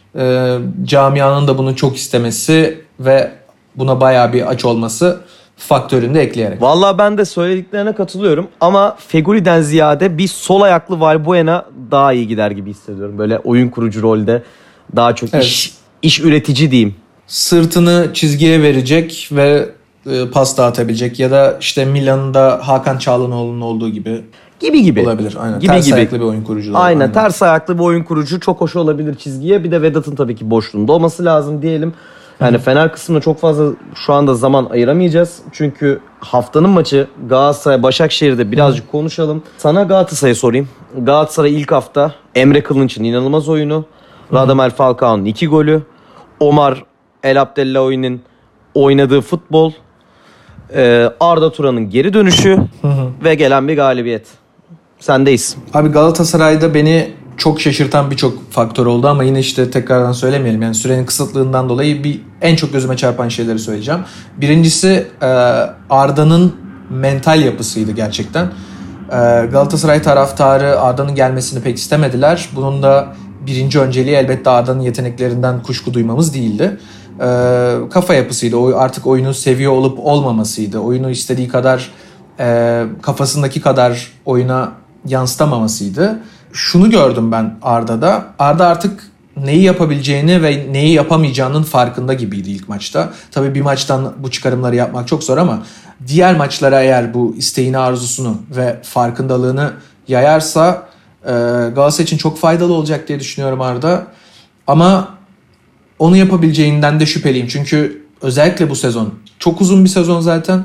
B: E, camianın da bunu çok istemesi ve buna bayağı bir aç olması faktörünü de ekleyerek.
A: Vallahi ben de söylediklerine katılıyorum ama Feguli'den ziyade bir sol ayaklı Valbuena daha iyi gider gibi hissediyorum. Böyle oyun kurucu rolde daha çok
B: Evet.
A: iş, iş üretici diyeyim.
B: Sırtını çizgiye verecek ve e, pas dağıtabilecek ya da işte Milan'da Hakan Çalhanoğlu'nun olduğu gibi
A: Gibi gibi.
B: olabilir. Aynen.
A: Gibi
B: Ters
A: gibi.
B: ayaklı bir oyun kurucu. da
A: Aynen,
B: Aynen.
A: ters ayaklı bir oyun kurucu çok hoş olabilir çizgiye. Bir de Vedat'ın tabii ki boşluğunda olması lazım diyelim. Yani Fener kısmına çok fazla şu anda zaman ayıramayacağız. Çünkü haftanın maçı Galatasaray Başakşehir'de birazcık konuşalım. Sana Galatasaray'ı sorayım. Galatasaray ilk hafta Emre Kılınç'ın inanılmaz oyunu. Radamel Falcao'nun iki golü. Omar El Abdellaouy'nin oynadığı futbol. Ee, Arda Turan'ın geri dönüşü ve gelen bir galibiyet. Sendeyiz.
B: Abi Galatasaray'da beni çok şaşırtan birçok faktör oldu ama yine işte tekrardan söylemeyelim. Yani sürenin kısıtlığından dolayı bir en çok gözüme çarpan şeyleri söyleyeceğim. Birincisi e, Arda'nın mental yapısıydı gerçekten. E, Galatasaray taraftarı Arda'nın gelmesini pek istemediler. Bunun da birinci önceliği elbette Arda'nın yeteneklerinden kuşku duymamız değildi. E, kafa yapısıydı. O artık oyunu seviyor olup olmamasıydı. Oyunu istediği kadar e, kafasındaki kadar oyuna yansıtamamasıydı. Şunu gördüm ben Arda'da. Arda artık neyi yapabileceğini ve neyi yapamayacağının farkında gibiydi ilk maçta. Tabii bir maçtan bu çıkarımları yapmak çok zor ama diğer maçlara eğer bu isteğini, arzusunu ve farkındalığını yayarsa e, Galatasaray için çok faydalı olacak diye düşünüyorum Arda. Ama onu yapabileceğinden de şüpheliyim. Çünkü özellikle bu sezon çok uzun bir sezon zaten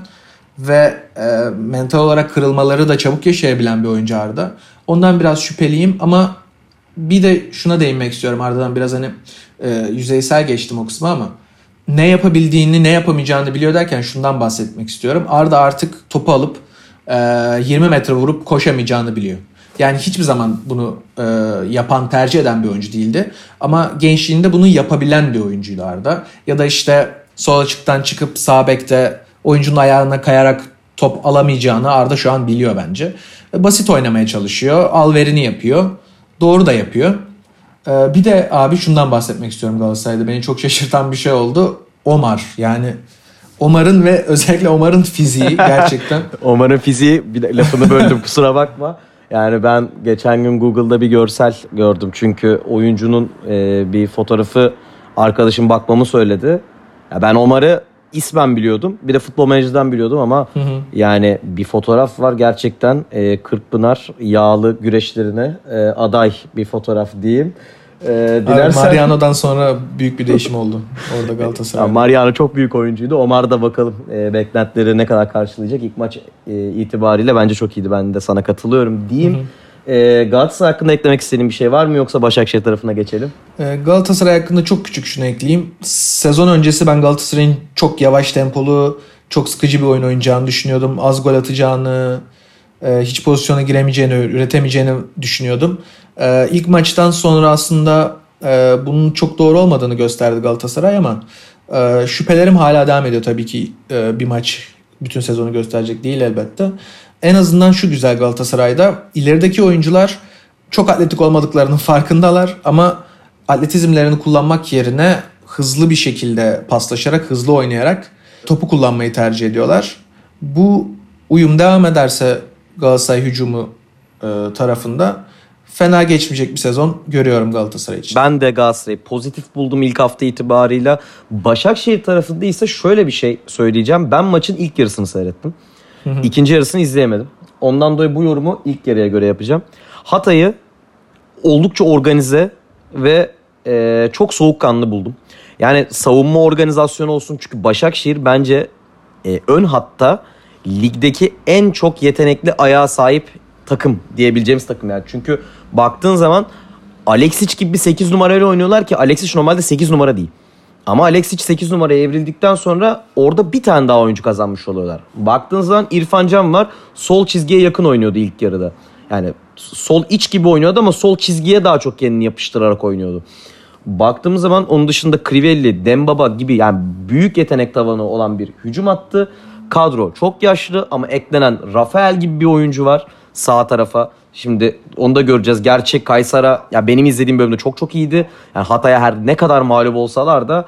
B: ve e, mental olarak kırılmaları da çabuk yaşayabilen bir oyuncu Arda. Ondan biraz şüpheliyim ama bir de şuna değinmek istiyorum. Arda'dan biraz hani e, yüzeysel geçtim o kısmı ama ne yapabildiğini, ne yapamayacağını biliyor derken şundan bahsetmek istiyorum. Arda artık topu alıp e, yirmi metre vurup koşamayacağını biliyor. Yani hiçbir zaman bunu e, yapan, tercih eden bir oyuncu değildi. Ama gençliğinde bunu yapabilen bir oyuncuydu Arda. Ya da işte sol açıktan çıkıp sağ bekte oyuncunun ayağına kayarak top alamayacağını Arda şu an biliyor bence. Basit oynamaya çalışıyor. Alverini yapıyor. Doğru da yapıyor. Ee, bir de abi şundan bahsetmek istiyorum Galatasaray'da. Beni çok şaşırtan bir şey oldu. Omar. Yani Omar'ın ve özellikle Omar'ın fiziği gerçekten.
A: Omar'ın fiziği, bir de lafını böldüm kusura bakma. Yani ben geçen gün Google'da bir görsel gördüm. Çünkü oyuncunun e, bir fotoğrafı arkadaşım bakmamı söyledi. Ya ben Omar'ı ismen biliyordum. Bir de Futbol Manager'dan biliyordum ama hı hı. yani bir fotoğraf var gerçekten e, Kırkpınar yağlı güreşlerine e, aday bir fotoğraf diyeyim.
B: E, dilersen... Mariano'dan sonra büyük bir değişim oldu orada Galatasaray'da.
A: Mariano çok büyük oyuncuydu. Omar da bakalım e, beklentileri ne kadar karşılayacak. İlk maç e, itibariyle bence çok iyiydi. Ben de sana katılıyorum diyeyim. Hı hı. E, Galatasaray hakkında eklemek istediğin bir şey var mı yoksa Başakşehir tarafına geçelim?
B: E, Galatasaray hakkında çok küçük şunu ekleyeyim. Sezon öncesi ben Galatasaray'ın çok yavaş tempolu, çok sıkıcı bir oyun oynayacağını düşünüyordum. Az gol atacağını, e, hiç pozisyona giremeyeceğini, üretemeyeceğini düşünüyordum. E, ilk maçtan sonra aslında e, bunun çok doğru olmadığını gösterdi Galatasaray ama e, şüphelerim hala devam ediyor tabii ki. E, bir maç bütün sezonu gösterecek değil elbette. En azından şu güzel Galatasaray'da ilerideki oyuncular çok atletik olmadıklarının farkındalar ama atletizmlerini kullanmak yerine hızlı bir şekilde paslaşarak, hızlı oynayarak topu kullanmayı tercih ediyorlar. Bu uyum devam ederse Galatasaray hücumu e, tarafında fena geçmeyecek bir sezon görüyorum Galatasaray için.
A: Ben de Galatasaray'ı pozitif buldum ilk hafta itibarıyla. Başakşehir tarafında ise şöyle bir şey söyleyeceğim. Ben maçın ilk yarısını seyrettim. Hı hı. İkinci yarısını izleyemedim. Ondan dolayı bu yorumu ilk yarıya göre yapacağım. Hatay'ı oldukça organize ve e, çok soğukkanlı buldum. Yani savunma organizasyonu olsun. Çünkü Başakşehir bence e, ön hatta ligdeki en çok yetenekli ayağa sahip takım diyebileceğimiz takım yani. Çünkü baktığın zaman Alexic gibi bir sekiz numarayla oynuyorlar ki Alexic normalde sekiz numara değil. Ama Alexic sekiz numaraya evrildikten sonra orada bir tane daha oyuncu kazanmış oluyorlar. Baktığınız zaman İrfan Can var. Sol çizgiye yakın oynuyordu ilk yarıda. Yani sol iç gibi oynuyordu ama sol çizgiye daha çok kendini yapıştırarak oynuyordu. Baktığımız zaman onun dışında Crivelli, Dembaba gibi yani büyük yetenek tavanı olan bir hücum attı. Kadro çok yaşlı ama eklenen Rafael gibi bir oyuncu var sağ tarafa. Şimdi onu da göreceğiz. Gerçek Kaysara ya benim izlediğim bölümde çok çok iyiydi. Yani Hatay'a her ne kadar mağlup olsalar da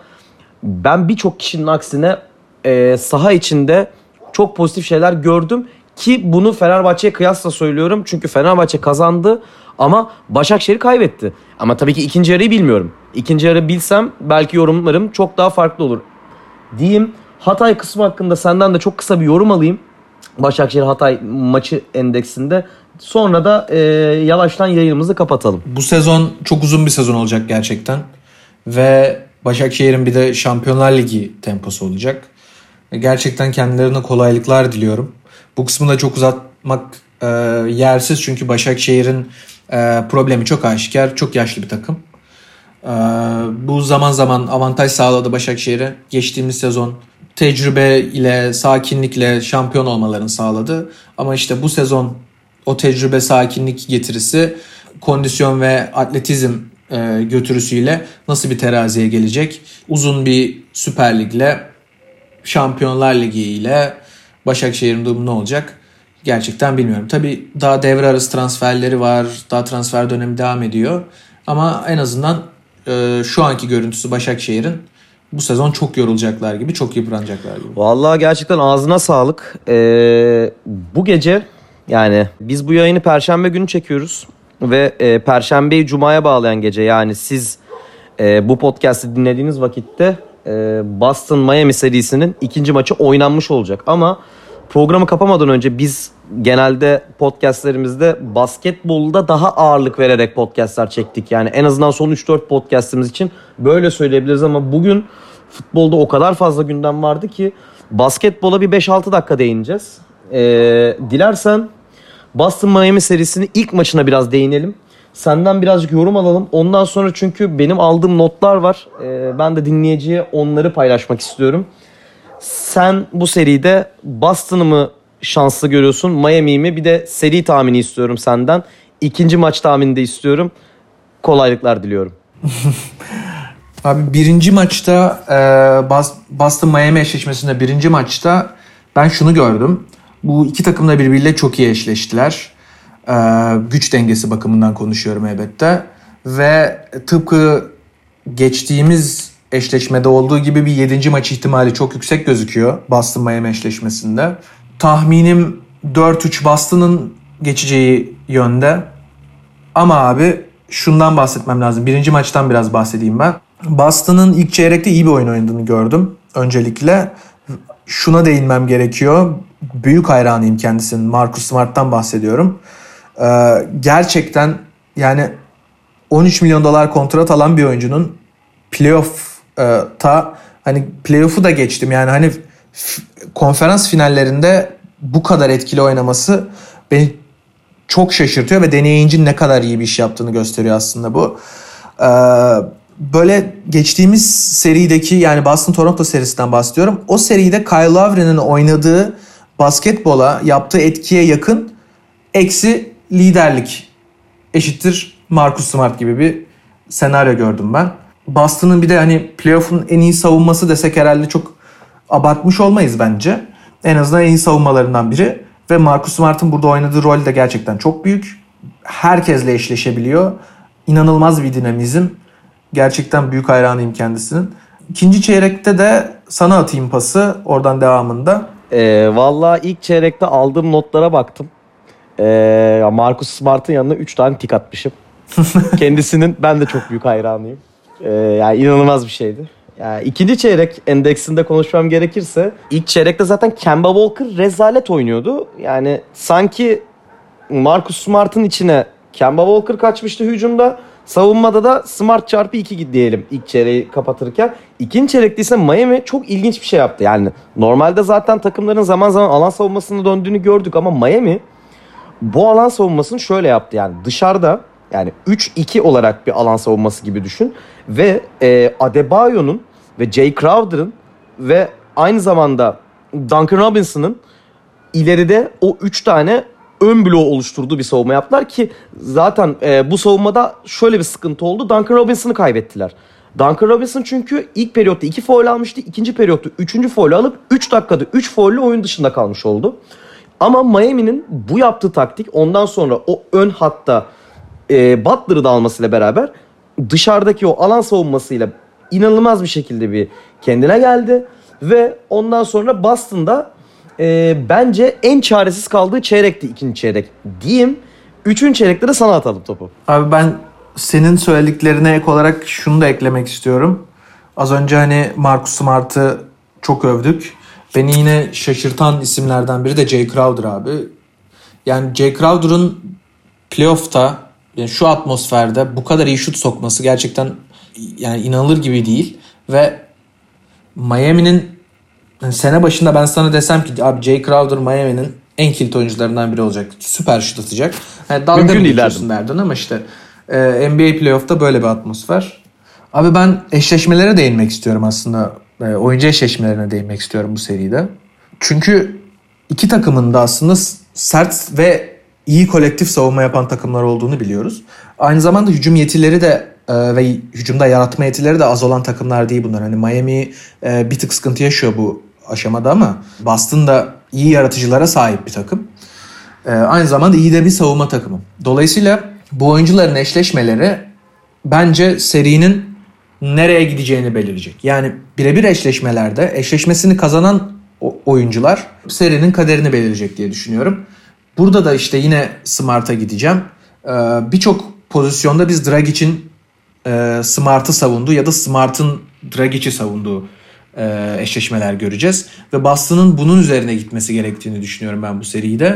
A: ben birçok kişinin aksine e, saha içinde çok pozitif şeyler gördüm ki bunu Fenerbahçe'ye kıyasla söylüyorum. Çünkü Fenerbahçe kazandı ama Başakşehir kaybetti. Ama tabii ki ikinci yarıyı bilmiyorum. İkinci yarı bilsem belki yorumlarım çok daha farklı olur. Diyeyim. Hatay kısmı hakkında senden de çok kısa bir yorum alayım. Başakşehir Hatay maçı endeksinde. Sonra da e, yavaştan yayınımızı kapatalım.
B: Bu sezon çok uzun bir sezon olacak gerçekten. Ve Başakşehir'in bir de Şampiyonlar Ligi temposu olacak. Gerçekten kendilerine kolaylıklar diliyorum. Bu kısmı da çok uzatmak e, yersiz. Çünkü Başakşehir'in e, problemi çok aşikar. Çok yaşlı bir takım. E, bu zaman zaman avantaj sağladı Başakşehir'e. Geçtiğimiz sezon tecrübe ile, sakinlikle şampiyon olmalarını sağladı. Ama işte bu sezon o tecrübe, sakinlik getirisi kondisyon ve atletizm e, götürüsüyle nasıl bir teraziye gelecek? Uzun bir Süper Lig'le, Şampiyonlar Ligi ile Başakşehir'in durumu ne olacak? Gerçekten bilmiyorum. Tabii daha devre arası transferleri var. Daha transfer dönemi devam ediyor. Ama en azından e, şu anki görüntüsü Başakşehir'in bu sezon çok yorulacaklar gibi, çok yıpranacaklar gibi.
A: Vallahi gerçekten ağzına sağlık. Ee, bu gece yani biz bu yayını Perşembe günü çekiyoruz. Ve e, Perşembeyi Cuma'ya bağlayan gece, yani siz e, bu podcast'i dinlediğiniz vakitte e, Boston Miami serisinin ikinci maçı oynanmış olacak. Ama programı kapamadan önce biz genelde podcastlerimizde basketbolda daha ağırlık vererek podcastler çektik. Yani en azından son üç dört podcastimiz için böyle söyleyebiliriz ama bugün futbolda o kadar fazla gündem vardı ki basketbola bir beş altı dakika değineceğiz. Ee, dilersen Boston Miami serisinin ilk maçına biraz değinelim. Senden birazcık yorum alalım. Ondan sonra, çünkü benim aldığım notlar var. Ee, ben de dinleyiciye onları paylaşmak istiyorum. Sen bu seride Boston'ı mı şanslı görüyorsun, Miami'yi mi? Bir de seri tahmini istiyorum senden. İkinci maç tahmini de istiyorum. Kolaylıklar diliyorum.
B: Abi birinci maçta e, Boston Miami eşleşmesinde birinci maçta ben şunu gördüm. Bu iki takım da birbiriyle çok iyi eşleştiler. E, güç dengesi bakımından konuşuyorum elbette. Ve tıpkı geçtiğimiz eşleşmede olduğu gibi bir yedinci maç ihtimali çok yüksek gözüküyor Boston Miami eşleşmesinde. Tahminim dört üç Boston'ın geçeceği yönde. Ama abi şundan bahsetmem lazım. Birinci maçtan biraz bahsedeyim ben. Boston'ın ilk çeyrekte iyi bir oyun oynadığını gördüm. Öncelikle şuna değinmem gerekiyor. Büyük hayranıyım kendisinin. Marcus Smart'tan bahsediyorum. Ee, gerçekten yani on üç milyon dolar kontrat alan bir oyuncunun playoff'ta, hani playoff'u da geçtim. Yani hani f- konferans finallerinde bu kadar etkili oynaması beni çok şaşırtıyor ve Danny Ainge'in ne kadar iyi bir iş yaptığını gösteriyor aslında bu. Ee, böyle geçtiğimiz serideki, yani Boston Toronto serisinden bahsediyorum. O seride Kyle Lowry'nin oynadığı basketbola yaptığı etkiye yakın eksi liderlik eşittir Marcus Smart gibi bir senaryo gördüm ben. Boston'ın bir de hani playoff'un en iyi savunması desek herhalde çok abartmış olmayız bence. En azından en iyi savunmalarından biri. Ve Marcus Smart'ın burada oynadığı rol de gerçekten çok büyük. Herkesle eşleşebiliyor. İnanılmaz bir dinamizm. Gerçekten büyük hayranıyım kendisinin. İkinci çeyrekte de sana atayım pası oradan devamında.
A: Ee, Valla ilk çeyrekte aldığım notlara baktım. Ee, Marcus Smart'ın yanına üç tane tik atmışım. Kendisinin ben de çok büyük hayranıyım. Ee, yani inanılmaz bir şeydi. Yani ikinci çeyrek endeksinde konuşmam gerekirse, ilk çeyrekte zaten Kemba Walker rezalet oynuyordu. Yani sanki Marcus Smart'ın içine Kemba Walker kaçmıştı hücumda. Savunmada da Smart çarpı iki diyelim ilk çeyreği kapatırken. İkinci çeyrekte ise Miami çok ilginç bir şey yaptı. Yani normalde zaten takımların zaman zaman alan savunmasına döndüğünü gördük ama Miami bu alan savunmasını şöyle yaptı. Yani dışarıda, yani üç iki olarak bir alan savunması gibi düşün. Ve e, Adebayo'nun ve Jay Crowder'ın ve aynı zamanda Duncan Robinson'ın ileride o üç tane ön bloğu oluşturduğu bir savunma yaptılar ki zaten e, bu savunmada şöyle bir sıkıntı oldu. Duncan Robinson'ı kaybettiler. Duncan Robinson çünkü ilk periyotta iki faul almıştı. İkinci periyotta üçüncü faulü alıp üç dakikada üç faulle oyun dışında kalmış oldu. Ama Miami'nin bu yaptığı taktik ondan sonra o ön hatta e, Butler'ı da almasıyla beraber dışarıdaki o alan savunmasıyla inanılmaz bir şekilde bir kendine geldi. Ve ondan sonra Boston'da e, bence en çaresiz kaldığı çeyrekti ikinci çeyrek diyeyim. Üçüncü çeyrekte de sana atalım topu.
B: Abi ben senin söylediklerine ek olarak şunu da eklemek istiyorum. Az önce hani Marcus Smart'ı çok övdük. Beni yine şaşırtan isimlerden biri de Jay Crowder abi. Yani Jay Crowder'ın playoff'ta, yani şu atmosferde bu kadar iyi şut sokması gerçekten yani inanılır gibi değil. Ve Miami'nin yani sene başında ben sana desem ki abi Jay Crowder Miami'nin en kilit oyuncularından biri olacak. Süper şut atacak. Yani dalga mı geçiyorsun derdin ama işte e, N B A playoff'ta böyle bir atmosfer. Abi ben eşleşmelere değinmek istiyorum aslında. E, oyuncu eşleşmelerine değinmek istiyorum bu seride. Çünkü iki takımın da aslında sert ve iyi kolektif savunma yapan takımlar olduğunu biliyoruz. Aynı zamanda hücum yetileri de e, ve hücumda yaratma yetileri de az olan takımlar değil bunlar. Hani Miami e, bir tık sıkıntı yaşıyor bu aşamada ama Boston da iyi yaratıcılara sahip bir takım. E, aynı zamanda iyi de bir savunma takımı. Dolayısıyla bu oyuncuların eşleşmeleri bence serinin nereye gideceğini belirleyecek. Yani birebir eşleşmelerde eşleşmesini kazanan oyuncular serinin kaderini belirleyecek diye düşünüyorum. Burada da işte yine Smart'a gideceğim. Ee, birçok pozisyonda biz Dragic'in e, Smart'ı savunduğu ya da Smart'ın Dragic'i savunduğu e, eşleşmeler göreceğiz. Ve Boston'ın bunun üzerine gitmesi gerektiğini düşünüyorum ben bu seride.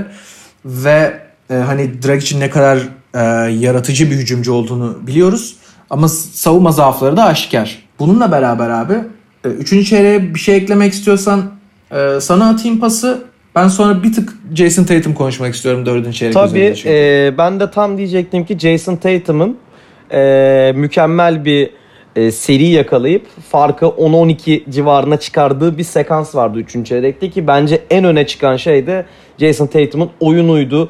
B: Ve e, hani Dragic'in ne kadar e, yaratıcı bir hücumcu olduğunu biliyoruz. Ama savunma zaafları da aşikar. Bununla beraber abi e, üçüncü çeyreğe bir şey eklemek istiyorsan e, sana atayım pası. Ben sonra bir tık Jason Tatum konuşmak istiyorum dördüncü çeyrek üzerinde.
A: Tabii e, ben de tam diyecektim ki Jason Tatum'un e, mükemmel bir e, seri yakalayıp farkı on on iki civarına çıkardığı bir sekans vardı üçüncü çeyrekte ki bence en öne çıkan şey de Jason Tatum'un oyunuydu.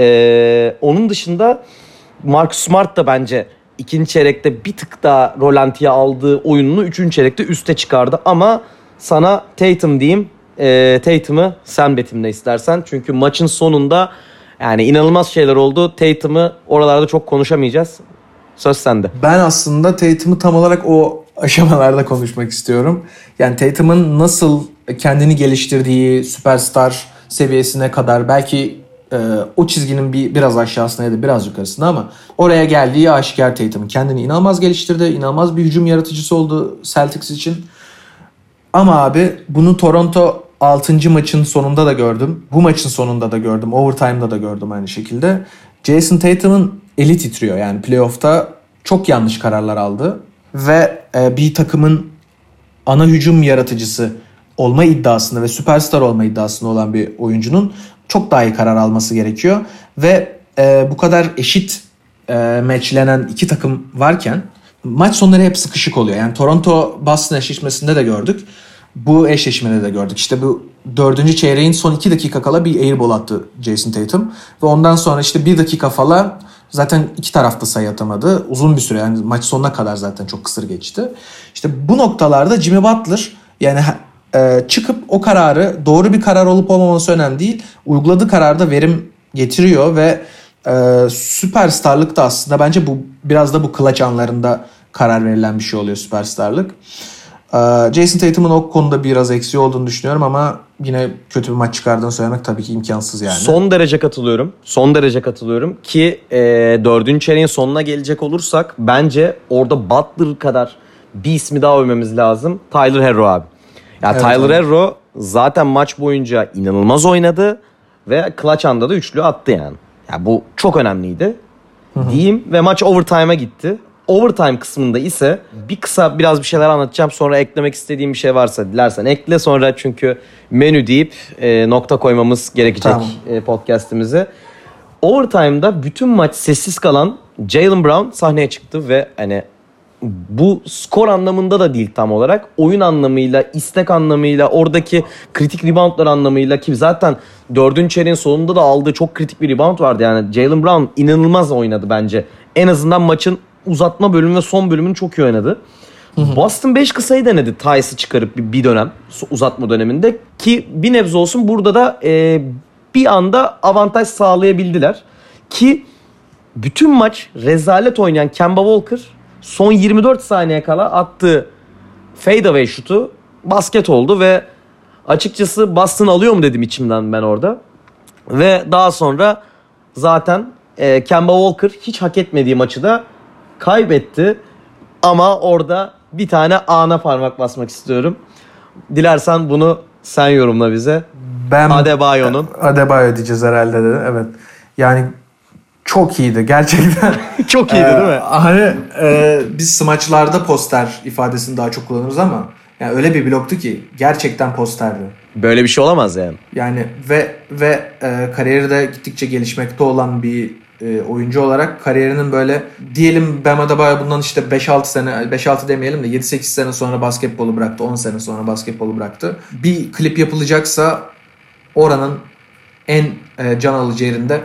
A: E, onun dışında Marcus Smart da bence ikinci çeyrekte bir tık daha rolantiye aldığı oyununu üçüncü çeyrekte üste çıkardı ama sana Tatum diyeyim. E, Tatum'u sen betimle istersen. Çünkü maçın sonunda yani inanılmaz şeyler oldu. Tatum'u oralarda çok konuşamayacağız. Söz sende.
B: Ben aslında Tatum'u tam olarak o aşamalarda konuşmak istiyorum. Yani Tatum'un nasıl kendini geliştirdiği süperstar seviyesine kadar belki e, o çizginin bir biraz aşağısında ya da biraz yukarısında ama oraya geldiği aşikar Tatum'un. Kendini inanılmaz geliştirdi. İnanılmaz bir hücum yaratıcısı oldu Celtics için. Ama abi bunu Toronto altıncı maçın sonunda da gördüm. Bu maçın sonunda da gördüm. Overtime'da da gördüm aynı şekilde. Jason Tatum'un eli titriyor. Yani playoff'ta çok yanlış kararlar aldı. Ve e, bir takımın ana hücum yaratıcısı olma iddiasında ve süperstar olma iddiasında olan bir oyuncunun çok daha iyi karar alması gerekiyor. Ve e, bu kadar eşit e, matchlenen iki takım varken maç sonları hep sıkışık oluyor. Yani Toronto-Boston eşleşmesinde de gördük. Bu eşleşmede de gördük. İşte bu dördüncü çeyreğin son iki dakika kala bir airball attı Jason Tatum. Ve ondan sonra işte bir dakika kala zaten iki tarafta sayı atamadı. Uzun bir süre yani maç sonuna kadar zaten çok kısır geçti. İşte bu noktalarda Jimmy Butler yani e, çıkıp o kararı doğru bir karar olup olmaması önemli değil. Uyguladığı kararda verim getiriyor ve e, süperstarlık da aslında bence bu biraz da bu clutch anlarında karar verilen bir şey oluyor süperstarlık. Jason Tatum'un o konuda biraz eksiği olduğunu düşünüyorum ama yine kötü bir maç çıkardığını söylemek tabii ki imkansız yani.
A: Son derece katılıyorum. Son derece katılıyorum ki e, dördüncü çeyreğin sonuna gelecek olursak bence orada Butler kadar bir ismi daha övmemiz lazım. Tyler Herro abi. Ya yani evet, Tyler Herro zaten maç boyunca inanılmaz oynadı ve clutch anda da üçlü attı yani. Ya yani bu çok önemliydi. Hı-hı. Diyeyim ve maç overtime'a gitti. Overtime kısmında ise bir kısa biraz bir şeyler anlatacağım. Sonra eklemek istediğim bir şey varsa dilersen ekle. Sonra çünkü menü deyip e, nokta koymamız gerekecek tamam. e, podcast'imize. Overtime'da bütün maç sessiz kalan Jaylen Brown sahneye çıktı ve hani bu skor anlamında da değil tam olarak. Oyun anlamıyla, istek anlamıyla, oradaki kritik reboundlar anlamıyla ki zaten dördüncü çeyreğin sonunda da aldığı çok kritik bir rebound vardı. Yani Jaylen Brown inanılmaz oynadı bence. En azından maçın uzatma bölümü ve son bölümünü çok iyi oynadı. Hı hı. Boston beş kısayı denedi Tyce'ı çıkarıp bir, bir dönem uzatma döneminde ki bir nebze olsun burada da e, bir anda avantaj sağlayabildiler. Ki bütün maç rezalet oynayan Kemba Walker son yirmi dört saniye kala attığı fadeaway şutu basket oldu ve açıkçası Boston alıyor mu dedim içimden ben orada. Ve daha sonra zaten e, Kemba Walker hiç hak etmediği maçı da kaybetti. Ama orada bir tane ana parmak basmak istiyorum. Dilersen bunu sen yorumla bize. Ben Adebayo'nun.
B: Adebayo diyeceğiz herhalde de. Evet. Yani çok iyiydi gerçekten.
A: Çok iyiydi
B: ee,
A: değil mi?
B: Hani e, biz smaçlarda poster ifadesini daha çok kullanırız ama yani öyle bir bloktu ki gerçekten posterdi.
A: Böyle bir şey olamaz yani.
B: Yani ve ve e, kariyeri de gittikçe gelişmekte olan bir e, oyuncu olarak kariyerinin böyle diyelim Bam Adebayo bundan işte beş altı sene beş altı demeyelim de yedi sekiz sene sonra basketbolu bıraktı. on sene sonra basketbolu bıraktı. Bir klip yapılacaksa oranın en e, can alıcı yerinde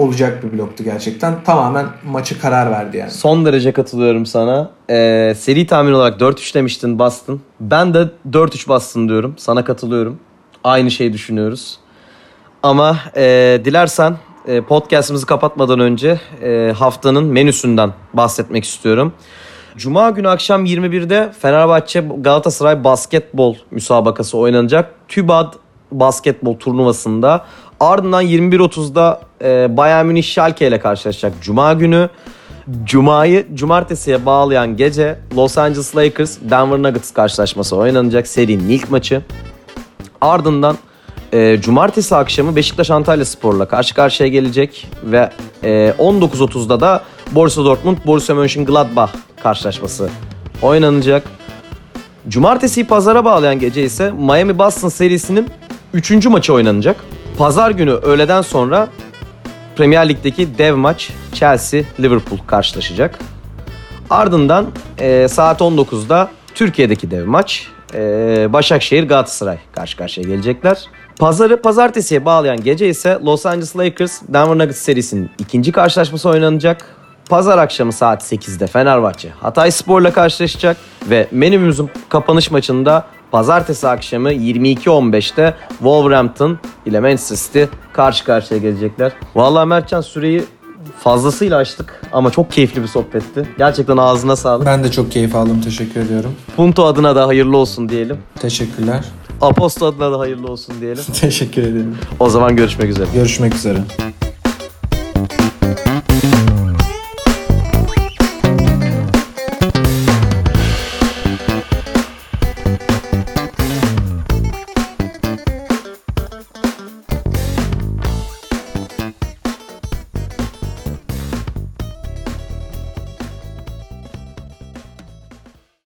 B: olacak bir bloktu gerçekten. Tamamen maçı karar verdi yani.
A: Son derece katılıyorum sana. Ee, seri tahmin olarak dört üç demiştin Boston. Ben de dört üç Boston diyorum. Sana katılıyorum. Aynı şeyi düşünüyoruz. Ama e, dilersen e, podcastımızı kapatmadan önce e, haftanın menüsünden bahsetmek istiyorum. Cuma günü akşam yirmi birde Fenerbahçe Galatasaray basketbol müsabakası oynanacak. TÜBAD basketbol turnuvasında. Ardından yirmi bir otuzda e, Bayern Münih Schalke ile karşılaşacak Cuma günü. Cuma'yı cumartesiye bağlayan gece Los Angeles Lakers Denver Nuggets karşılaşması oynanacak, serinin ilk maçı. Ardından e, cumartesi akşamı Beşiktaş Antalyaspor'la karşı karşıya gelecek ve e, on dokuz otuzda da Borussia Dortmund Borussia Mönchengladbach karşılaşması oynanacak. Cumartesiyi pazara bağlayan gece ise Miami Boston serisinin üçüncü maçı oynanacak. Pazar günü öğleden sonra Premier Lig'deki dev maç Chelsea Liverpool karşılaşacak. Ardından e, saat on dokuzda Türkiye'deki dev maç e, Başakşehir Galatasaray karşı karşıya gelecekler. Pazarı pazartesiye bağlayan gece ise Los Angeles Lakers Denver Nuggets serisinin ikinci karşılaşması oynanacak. Pazar akşamı saat sekizde Fenerbahçe Hatayspor'la karşılaşacak ve menümüzün kapanış maçında pazartesi akşamı yirmi iki on beşte Wolverhampton ile Manchester City karşı karşıya gelecekler. Vallahi Mertcan, süreyi fazlasıyla açtık ama çok keyifli bir sohbetti. Gerçekten ağzına sağlık.
B: Ben de çok keyif aldım. Teşekkür ediyorum.
A: Punto adına da hayırlı olsun diyelim.
B: Teşekkürler.
A: Aposto adına da hayırlı olsun diyelim.
B: Teşekkür ederim.
A: O zaman görüşmek üzere.
B: Görüşmek üzere.